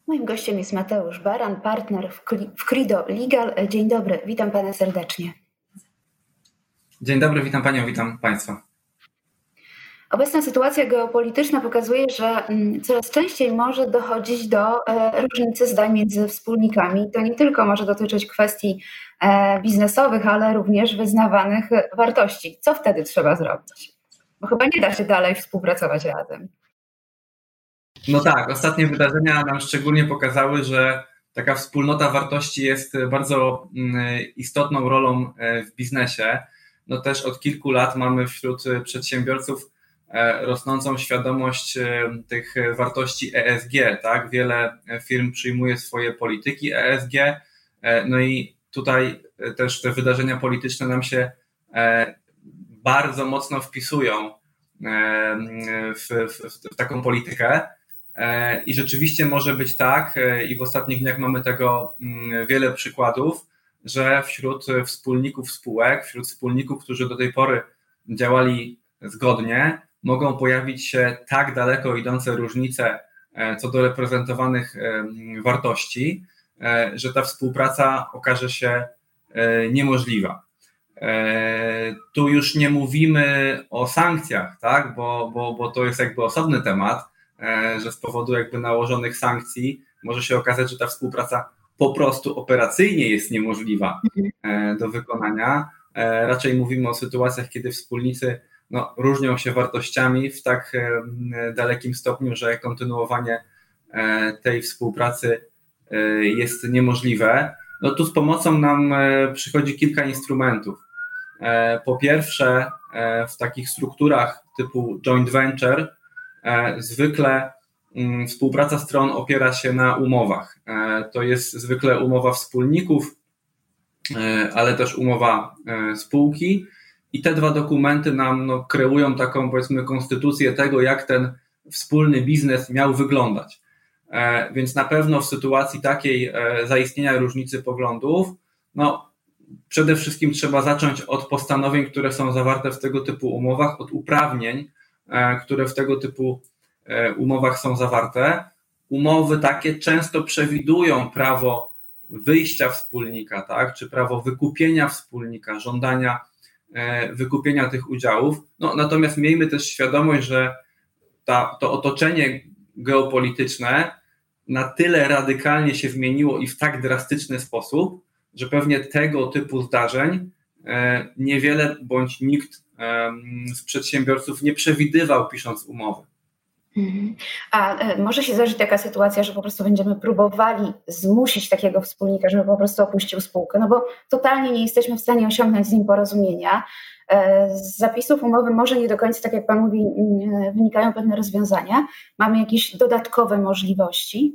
Moim gościem jest Mateusz Baran, partner w Credo Legal. Dzień dobry, witam pana serdecznie. Dzień dobry, witam panią, witam państwa. Obecna sytuacja geopolityczna pokazuje, że coraz częściej może dochodzić do różnicy zdań między wspólnikami. To nie tylko może dotyczyć kwestii biznesowych, ale również wyznawanych wartości. Co wtedy trzeba zrobić? Bo chyba nie da się dalej współpracować razem. No tak, ostatnie wydarzenia nam szczególnie pokazały, że taka wspólnota wartości jest bardzo istotną rolą w biznesie. No też od kilku lat mamy wśród przedsiębiorców rosnącą świadomość tych wartości ESG, tak? Wiele firm przyjmuje swoje polityki ESG, no i tutaj też te wydarzenia polityczne nam się bardzo mocno wpisują w taką politykę. I rzeczywiście może być tak, i w ostatnich dniach mamy tego wiele przykładów, że wśród wspólników spółek, wśród wspólników, którzy do tej pory działali zgodnie, mogą pojawić się tak daleko idące różnice co do reprezentowanych wartości, że ta współpraca okaże się niemożliwa. Tu już nie mówimy o sankcjach, tak? Bo to jest jakby osobny temat, że z powodu jakby nałożonych sankcji może się okazać, że ta współpraca po prostu operacyjnie jest niemożliwa do wykonania. Raczej mówimy o sytuacjach, kiedy wspólnicy różnią się wartościami w tak dalekim stopniu, że kontynuowanie tej współpracy jest niemożliwe. No tu z pomocą nam przychodzi kilka instrumentów. Po pierwsze, w takich strukturach typu joint venture zwykle współpraca stron opiera się na umowach. To jest zwykle umowa wspólników, ale też umowa spółki i te dwa dokumenty nam kreują taką, powiedzmy, konstytucję tego, jak ten wspólny biznes miał wyglądać. Więc na pewno w sytuacji takiej zaistnienia różnicy poglądów, przede wszystkim trzeba zacząć od postanowień, które są zawarte w tego typu umowach, od uprawnień, które w tego typu umowach są zawarte. Umowy takie często przewidują prawo wyjścia wspólnika, tak, czy prawo wykupienia wspólnika, żądania wykupienia tych udziałów. Natomiast miejmy też świadomość, że to otoczenie geopolityczne na tyle radykalnie się zmieniło i w tak drastyczny sposób, że pewnie tego typu zdarzeń niewiele bądź nikt z przedsiębiorców nie przewidywał, pisząc umowy. A może się zdarzyć taka sytuacja, że po prostu będziemy próbowali zmusić takiego wspólnika, żeby po prostu opuścił spółkę, bo totalnie nie jesteśmy w stanie osiągnąć z nim porozumienia. Z zapisów umowy może nie do końca, tak jak pan mówi, wynikają pewne rozwiązania. Mamy jakieś dodatkowe możliwości?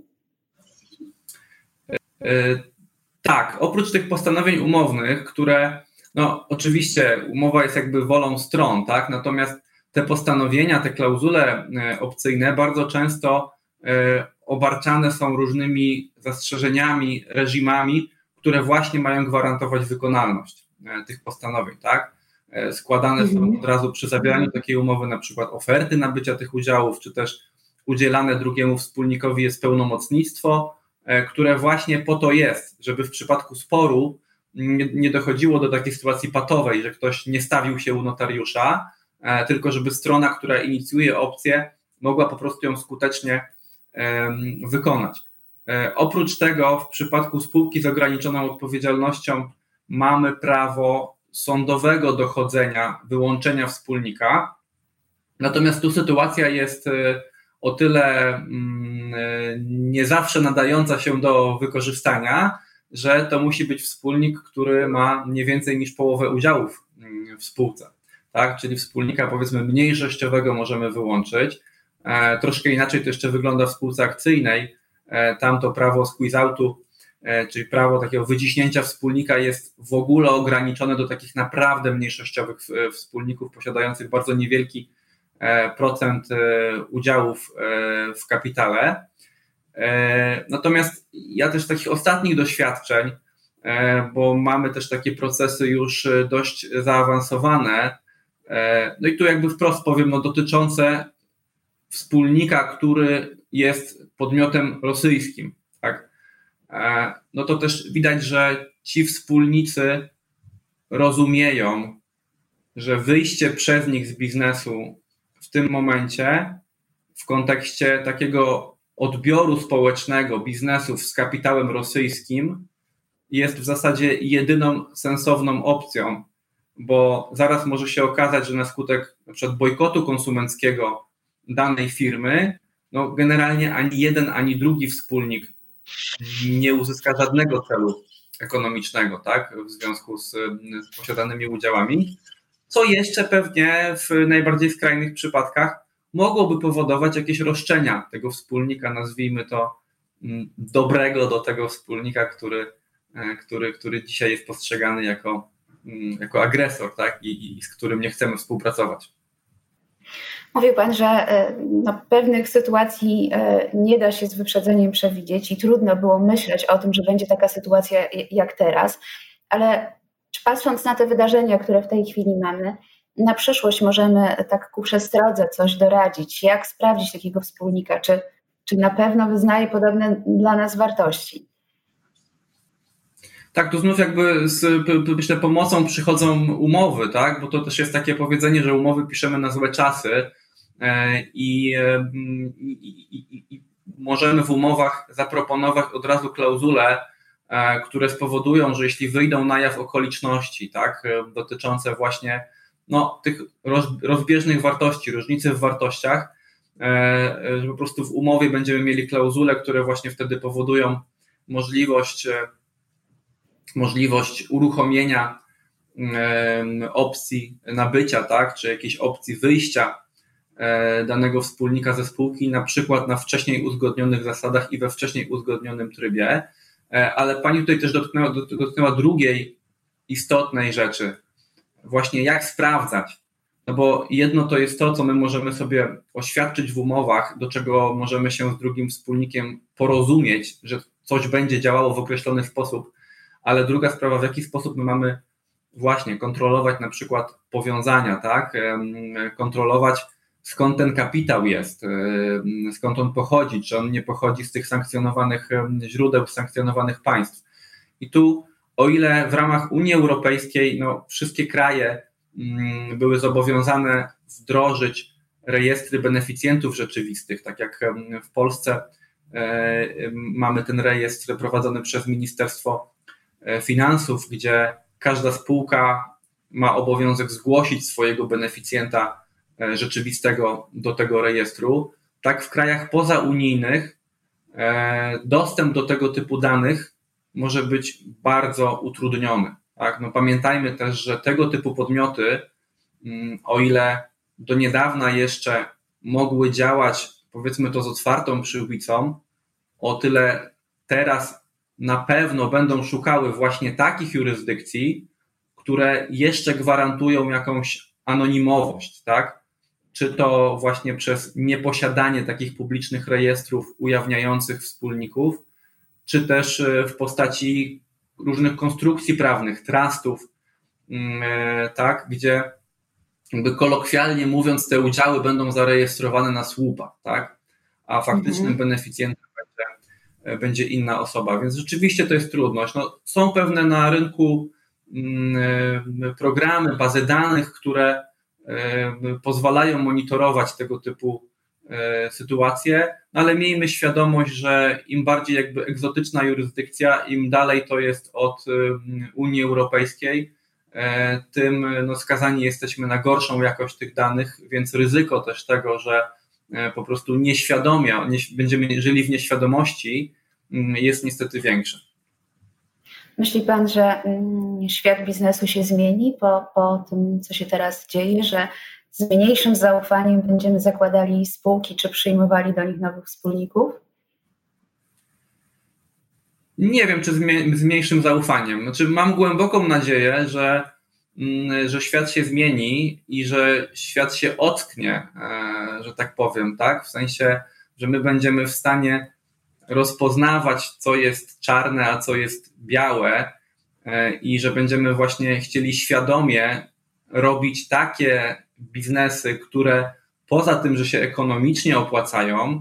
Tak, oprócz tych postanowień umownych, które oczywiście umowa jest jakby wolą stron, tak? Natomiast te postanowienia, te klauzule opcyjne bardzo często obarczane są różnymi zastrzeżeniami, reżimami, które właśnie mają gwarantować wykonalność tych postanowień, tak? Składane są od razu przy zawieraniu takiej umowy na przykład oferty nabycia tych udziałów, czy też udzielane drugiemu wspólnikowi jest pełnomocnictwo, które właśnie po to jest, żeby w przypadku sporu nie dochodziło do takiej sytuacji patowej, że ktoś nie stawił się u notariusza, tylko żeby strona, która inicjuje opcję, mogła po prostu ją skutecznie wykonać. Oprócz tego w przypadku spółki z ograniczoną odpowiedzialnością mamy prawo sądowego dochodzenia, wyłączenia wspólnika. Natomiast tu sytuacja jest o tyle nie zawsze nadająca się do wykorzystania, że to musi być wspólnik, który ma nie więcej niż połowę udziałów w spółce. Tak? Czyli wspólnika, powiedzmy, mniejszościowego możemy wyłączyć. Troszkę inaczej to jeszcze wygląda w spółce akcyjnej. Tam to prawo squeeze-outu, czyli prawo takiego wyciśnięcia wspólnika jest w ogóle ograniczone do takich naprawdę mniejszościowych wspólników posiadających bardzo niewielki procent udziałów w kapitale. Natomiast ja też z takich ostatnich doświadczeń, bo mamy też takie procesy już dość zaawansowane, no i tu jakby wprost powiem, dotyczące wspólnika, który jest podmiotem rosyjskim, tak? No to też widać, że ci wspólnicy rozumieją, że wyjście przez nich z biznesu w tym momencie w kontekście takiego odbioru społecznego biznesów z kapitałem rosyjskim jest w zasadzie jedyną sensowną opcją, bo zaraz może się okazać, że na skutek na przykład bojkotu konsumenckiego danej firmy, no generalnie ani jeden, ani drugi wspólnik nie uzyska żadnego celu ekonomicznego, tak, w związku z posiadanymi udziałami, co jeszcze pewnie w najbardziej skrajnych przypadkach mogłoby powodować jakieś roszczenia tego wspólnika, nazwijmy to dobrego do tego wspólnika, który dzisiaj jest postrzegany jako agresor, tak, i z którym nie chcemy współpracować. Mówił Pan, że pewnych sytuacji nie da się z wyprzedzeniem przewidzieć i trudno było myśleć o tym, że będzie taka sytuacja jak teraz, ale czy patrząc na te wydarzenia, które w tej chwili mamy, na przyszłość możemy tak ku przestrodze coś doradzić? Jak sprawdzić takiego wspólnika? Czy na pewno wyznaje podobne dla nas wartości? Tak, tu znów jakby myślę, pomocą przychodzą umowy, tak? Bo to też jest takie powiedzenie, że umowy piszemy na złe czasy i możemy w umowach zaproponować od razu klauzule, które spowodują, że jeśli wyjdą na jaw okoliczności, tak, dotyczące właśnie tych rozbieżnych wartości, różnicy w wartościach, że po prostu w umowie będziemy mieli klauzule, które właśnie wtedy powodują możliwość uruchomienia opcji nabycia, tak, czy jakiejś opcji wyjścia danego wspólnika ze spółki, na przykład na wcześniej uzgodnionych zasadach i we wcześniej uzgodnionym trybie. Ale pani tutaj też dotknęła drugiej istotnej rzeczy, właśnie jak sprawdzać. No bo jedno to jest to, co my możemy sobie oświadczyć w umowach, do czego możemy się z drugim wspólnikiem porozumieć, że coś będzie działało w określony sposób, ale druga sprawa, w jaki sposób my mamy właśnie kontrolować na przykład powiązania, tak? Kontrolować, skąd ten kapitał jest, skąd on pochodzi, czy on nie pochodzi z tych sankcjonowanych źródeł, sankcjonowanych państw. I tu, o ile w ramach Unii Europejskiej wszystkie kraje były zobowiązane wdrożyć rejestry beneficjentów rzeczywistych, tak jak w Polsce mamy ten rejestr prowadzony przez Ministerstwo Finansów, gdzie każda spółka ma obowiązek zgłosić swojego beneficjenta rzeczywistego do tego rejestru. Tak w krajach pozaunijnych dostęp do tego typu danych może być bardzo utrudniony. Tak? Pamiętajmy też, że tego typu podmioty, o ile do niedawna jeszcze mogły działać, powiedzmy to z otwartą przyłbicą, o tyle teraz na pewno będą szukały właśnie takich jurysdykcji, które jeszcze gwarantują jakąś anonimowość, tak? Czy to właśnie przez nieposiadanie takich publicznych rejestrów ujawniających wspólników, czy też w postaci różnych konstrukcji prawnych, trustów, tak, gdzie jakby kolokwialnie mówiąc te udziały będą zarejestrowane na słupa, tak, a faktycznym beneficjentem będzie inna osoba, więc rzeczywiście to jest trudność. Są pewne na rynku programy, bazy danych, które pozwalają monitorować tego typu sytuacje, ale miejmy świadomość, że im bardziej jakby egzotyczna jurysdykcja, im dalej to jest od Unii Europejskiej, tym skazani jesteśmy na gorszą jakość tych danych, więc ryzyko też tego, że po prostu nieświadomie będziemy żyli w nieświadomości, jest niestety większe. Myśli Pan, że świat biznesu się zmieni po tym, co się teraz dzieje, że z mniejszym zaufaniem będziemy zakładali spółki, czy przyjmowali do nich nowych wspólników? Nie wiem, czy z mniejszym zaufaniem. Znaczy, mam głęboką nadzieję, że świat się zmieni i że świat się ocknie, że tak powiem, tak? W sensie, że my będziemy w stanie rozpoznawać, co jest czarne, a co jest białe i że będziemy właśnie chcieli świadomie robić takie biznesy, które poza tym, że się ekonomicznie opłacają,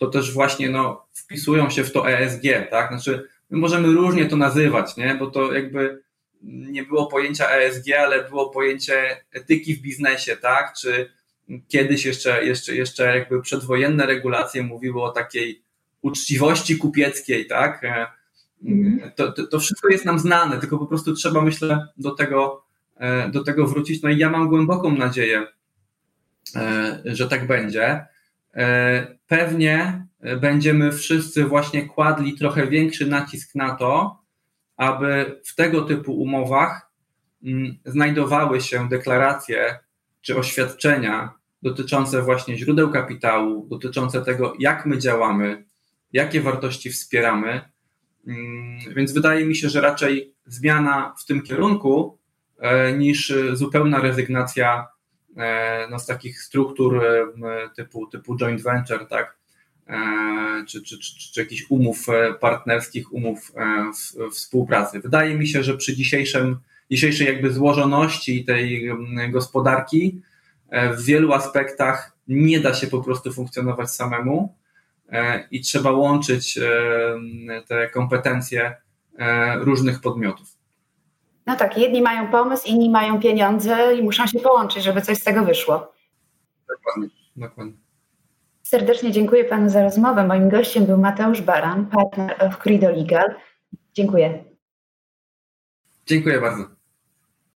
to też właśnie wpisują się w to ESG, tak? Znaczy my możemy różnie to nazywać, nie? Bo to jakby nie było pojęcia ESG, ale było pojęcie etyki w biznesie, tak? Czy kiedyś jeszcze jakby przedwojenne regulacje mówiły o takiej uczciwości kupieckiej, tak? To wszystko jest nam znane, tylko po prostu trzeba, myślę, do tego wrócić. No i ja mam głęboką nadzieję, że tak będzie. Pewnie będziemy wszyscy właśnie kładli trochę większy nacisk na to, aby w tego typu umowach znajdowały się deklaracje czy oświadczenia dotyczące właśnie źródeł kapitału, dotyczące tego, jak my działamy, jakie wartości wspieramy. Więc wydaje mi się, że raczej zmiana w tym kierunku niż zupełna rezygnacja z takich struktur typu joint venture, tak? Czy jakichś umów partnerskich, umów współpracy. Wydaje mi się, że przy dzisiejszej jakby złożoności tej gospodarki w wielu aspektach nie da się po prostu funkcjonować samemu i trzeba łączyć te kompetencje różnych podmiotów. No tak, jedni mają pomysł, inni mają pieniądze i muszą się połączyć, żeby coś z tego wyszło. Dokładnie. Serdecznie dziękuję panu za rozmowę. Moim gościem był Mateusz Baran, partner of Credo Legal. Dziękuję. Dziękuję bardzo.